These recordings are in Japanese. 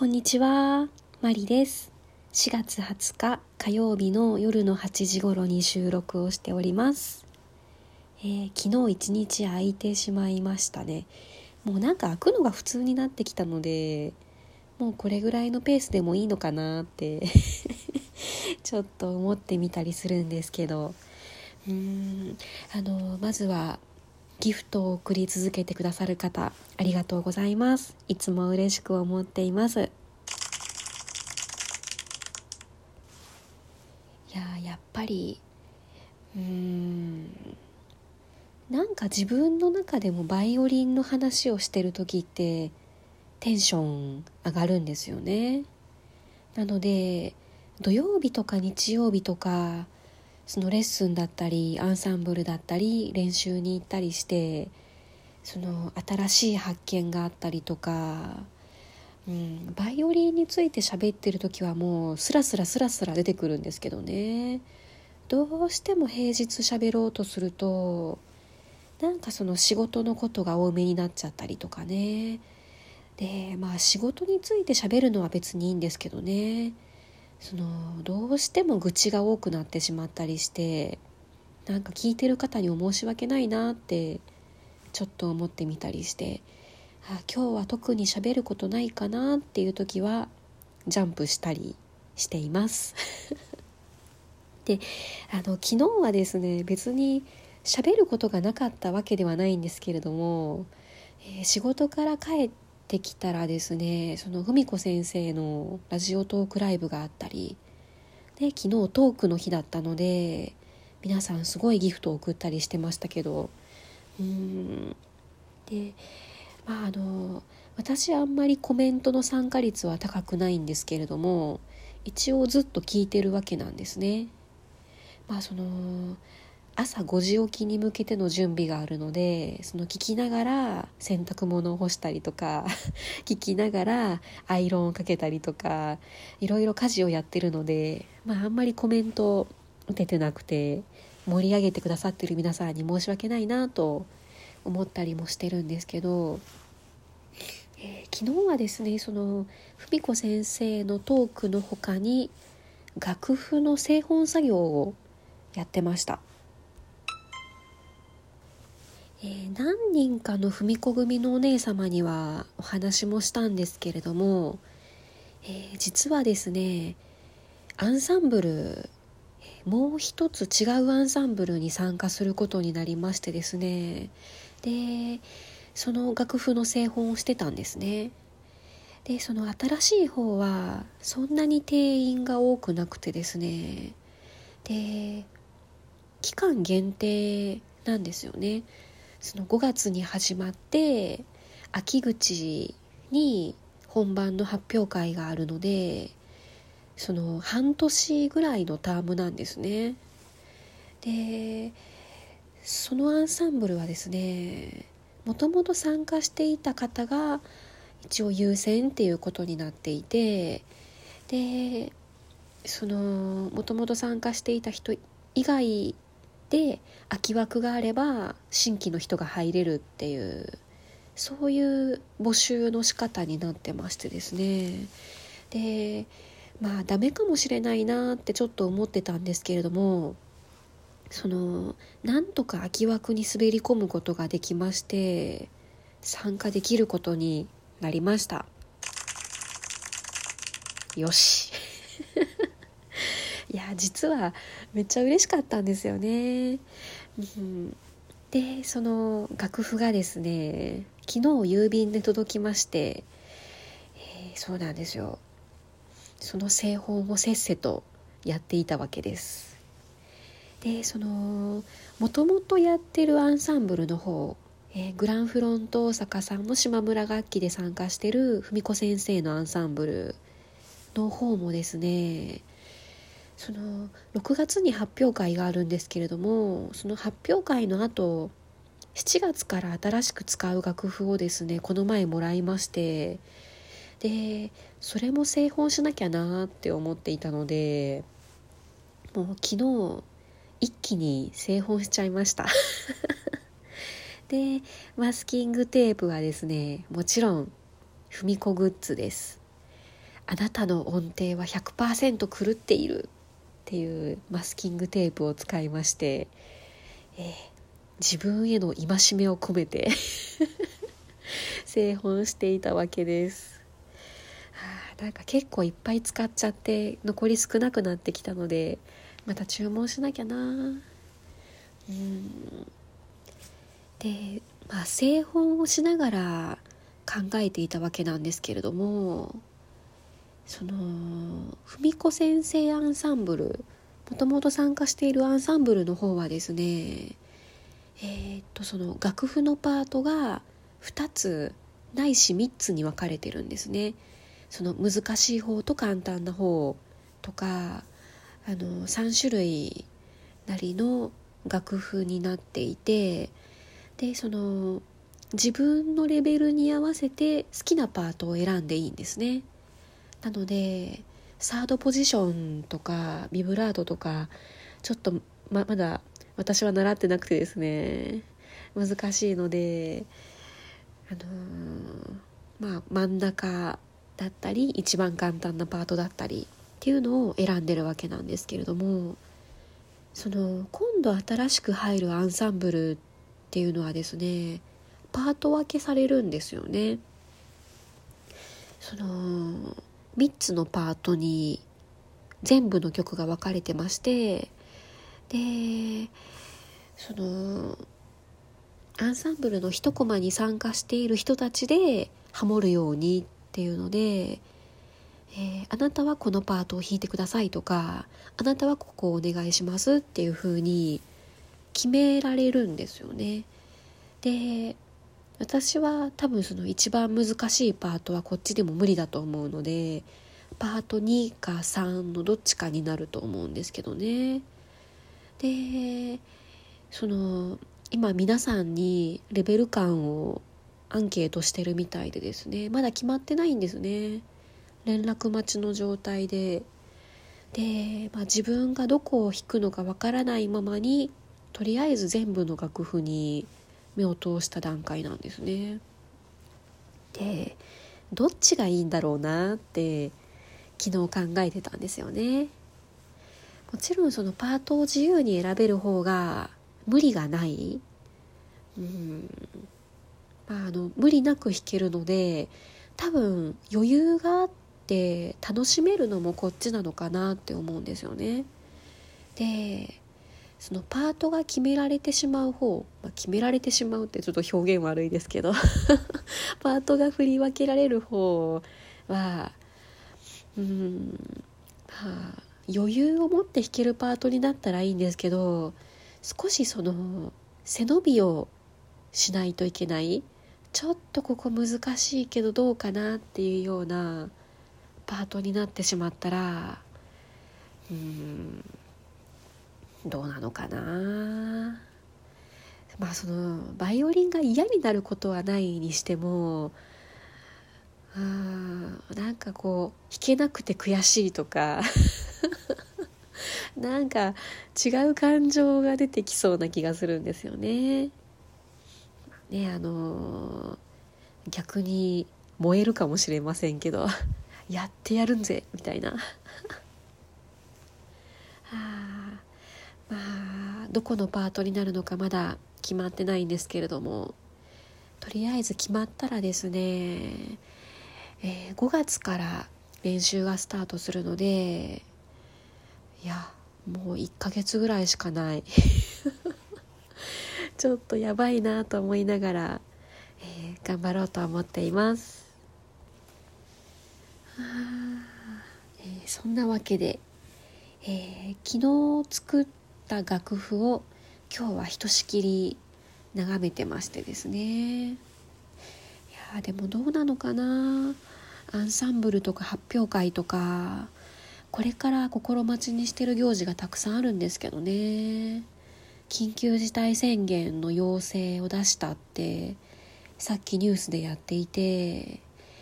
こんにちは、マリです。4月20日火曜日の夜の8時頃に収録をしております。昨日一日空いてしまいましたね。もう開くのが普通になってきたので、もうこれぐらいのペースでもいいのかなってちょっと思ってみたりするんですけど、まずはギフトを送り続けてくださる方、ありがとうございます。いつも嬉しく思っています。やっぱり自分の中でもバイオリンの話をしてる時ってテンション上がるんですよね。なので土曜日とか日曜日とかそのレッスンだったりアンサンブルだったり練習に行ったりして、その新しい発見があったりとか、バイオリンについて喋ってる時はもうスラスラ出てくるんですけどね。どうしても平日喋ろうとするとその仕事のことが多めになっちゃったりとかね。で仕事について喋るのは別にいいんですけどね、どうしても愚痴が多くなってしまったりして、聞いてる方に申し訳ないなってちょっと思ってみたりして、今日は特に喋ることないかなっていう時はジャンプしたりしていますで、昨日はですね、別に喋ることがなかったわけではないんですけれども、仕事から帰ってきたらですね、その文子先生のラジオトークライブがあったりで、昨日トークの日だったので皆さんすごいギフトを送ったりしてましたけど、で私あんまりコメントの参加率は高くないんですけれども、一応ずっと聞いてるわけなんですね。朝5時起きに向けての準備があるので、その聞きながら洗濯物を干したりとか聞きながらアイロンをかけたりとか、いろいろ家事をやってるので、あんまりコメント打ててなくて、盛り上げてくださってる皆さんに申し訳ないなと思ったりもしてるんですけど、昨日はですね、その文子先生のトークの他に楽譜の製本作業をやってました。何人かの文子組のお姉様にはお話もしたんですけれども、実はですね、アンサンブル、もう一つ違うアンサンブルに参加することになりましてですね、でその楽譜の製本をしてたんですね。でその新しい方はそんなに定員が多くなくてですね、で期間限定なんですよね。その5月に始まって秋口に本番の発表会があるので、その半年ぐらいのタームなんですね。でそのアンサンブルはですね、もともと参加していた方が一応優先っていうことになっていて、でそのもともと参加していた人以外で空き枠があれば新規の人が入れるっていう、そういう募集の仕方になってましてですね。でダメかもしれないなってちょっと思ってたんですけれども、なんとか空き枠に滑り込むことができまして、参加できることになりました。よしいや実はめっちゃ嬉しかったんですよね。でその楽譜がですね、昨日郵便で届きまして、そうなんですよ、その製本をせっせとやっていたわけです。でもともとやってるアンサンブルの方、グランフロント大阪さんの島村楽器で参加してる文子先生のアンサンブルの方もですね、その6月に発表会があるんですけれども、その発表会の後7月から新しく使う楽譜をですね、この前もらいまして、でそれも製本しなきゃなって思っていたので、もう昨日一気に製本しちゃいましたでマスキングテープはですね、もちろん文子グッズです。 あなたの音程は 100% 狂っているっていうマスキングテープを使いまして、自分への戒めを込めて製本していたわけです。なんか結構いっぱい使っちゃって残り少なくなってきたので、また注文しなきゃな。で、製本をしながら考えていたわけなんですけれども、その文子先生アンサンブル、もともと参加しているアンサンブルの方はですね、その楽譜のパートが2つないし3つに分かれてるんですね。その難しい方と簡単な方とか、3種類なりの楽譜になっていて、でその自分のレベルに合わせて好きなパートを選んでいいんですね。なのでサードポジションとかビブラートとかちょっと まだ私は習ってなくてですね、難しいので、真ん中だったり一番簡単なパートだったりっていうのを選んでるわけなんですけれども、その今度新しく入るアンサンブルっていうのはですね、パート分けされるんですよね。その3つのパートに全部の曲が分かれてまして、でそのアンサンブルの一コマに参加している人たちでハモるようにっていうので、あなたはこのパートを弾いてくださいとか、あなたはここをお願いしますっていう風に決められるんですよね。で、私は多分その一番難しいパートはこっちでも無理だと思うので、パート2か3のどっちかになると思うんですけどね。で、その今皆さんにレベル感をアンケートしてるみたいでですね、まだ決まってないんですね。連絡待ちの状態で、自分がどこを弾くのかわからないままに、とりあえず全部の楽譜に目を通した段階なんですね。で、どっちがいいんだろうなって昨日考えてたんですよね。もちろんそのパートを自由に選べる方が無理がない、無理なく弾けるので、多分余裕があって楽しめるのもこっちなのかなって思うんですよね。で、そのパートが決められてしまう方、決められてしまうってちょっと表現悪いですけどパートが振り分けられる方は余裕を持って弾けるパートになったらいいんですけど、少しその背伸びをしないといけない、ちょっとここ難しいけどどうかなっていうようなパートになってしまったら、どうなのかな。そのバイオリンが嫌になることはないにしても、なんかこう弾けなくて悔しいとかなんか違う感情が出てきそうな気がするんですよね。逆に燃えるかもしれませんけどやってやるんぜみたいなどこのパートになるのかまだ決まってないんですけれども、とりあえず決まったらですね、5月から練習がスタートするので、いやもう1ヶ月ぐらいしかないちょっとやばいなと思いながら、頑張ろうと思っています。そんなわけで、昨日作った楽譜を今日はひとしきり眺めてましてですね、いやでもどうなのかな。アンサンブルとか発表会とかこれから心待ちにしてる行事がたくさんあるんですけどね。緊急事態宣言の要請を出したってさっきニュースでやっていて、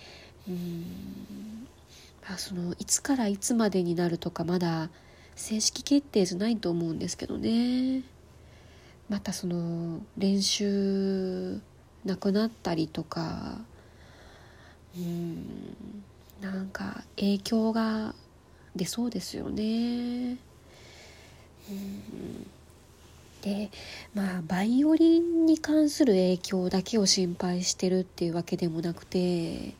そのいつからいつまでになるとかまだ正式決定じゃないと思うんですけどね。またその練習なくなったりとか、 なんか影響が出そうですよね。でバイオリンに関する影響だけを心配してるっていうわけでもなくて、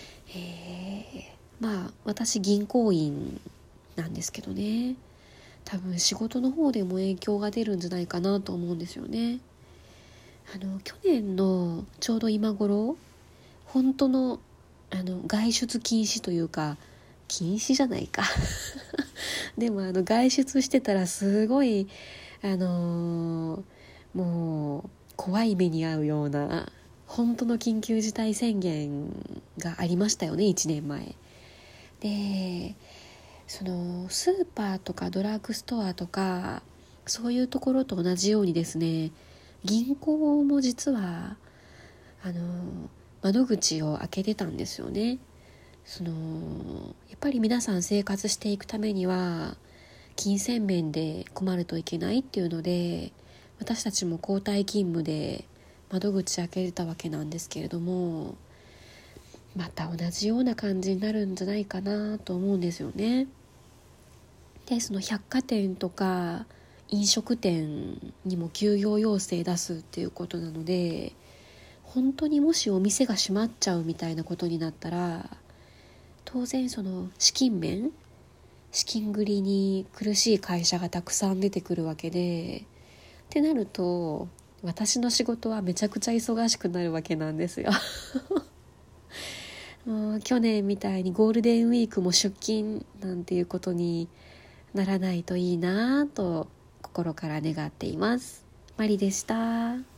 私銀行員なんですけどね、多分仕事の方でも影響が出るんじゃないかなと思うんですよね。去年のちょうど今頃、本当の外出禁止というか、禁止じゃないかでも外出してたらすごいもう怖い目に遭うような本当の緊急事態宣言がありましたよね、1年前で。そのスーパーとかドラッグストアとかそういうところと同じようにですね、銀行も実は窓口を開けてたんですよね。やっぱり皆さん生活していくためには金銭面で困るといけないっていうので、私たちも交代勤務で窓口開けてたわけなんですけれども、また同じような感じになるんじゃないかなと思うんですよね。で、その百貨店とか飲食店にも休業要請出すっていうことなので、本当にもしお店が閉まっちゃうみたいなことになったら、当然その資金繰りに苦しい会社がたくさん出てくるわけで、ってなると私の仕事はめちゃくちゃ忙しくなるわけなんですよもう去年みたいにゴールデンウィークも出勤なんていうことにならないといいなと心から願っています。マリでした。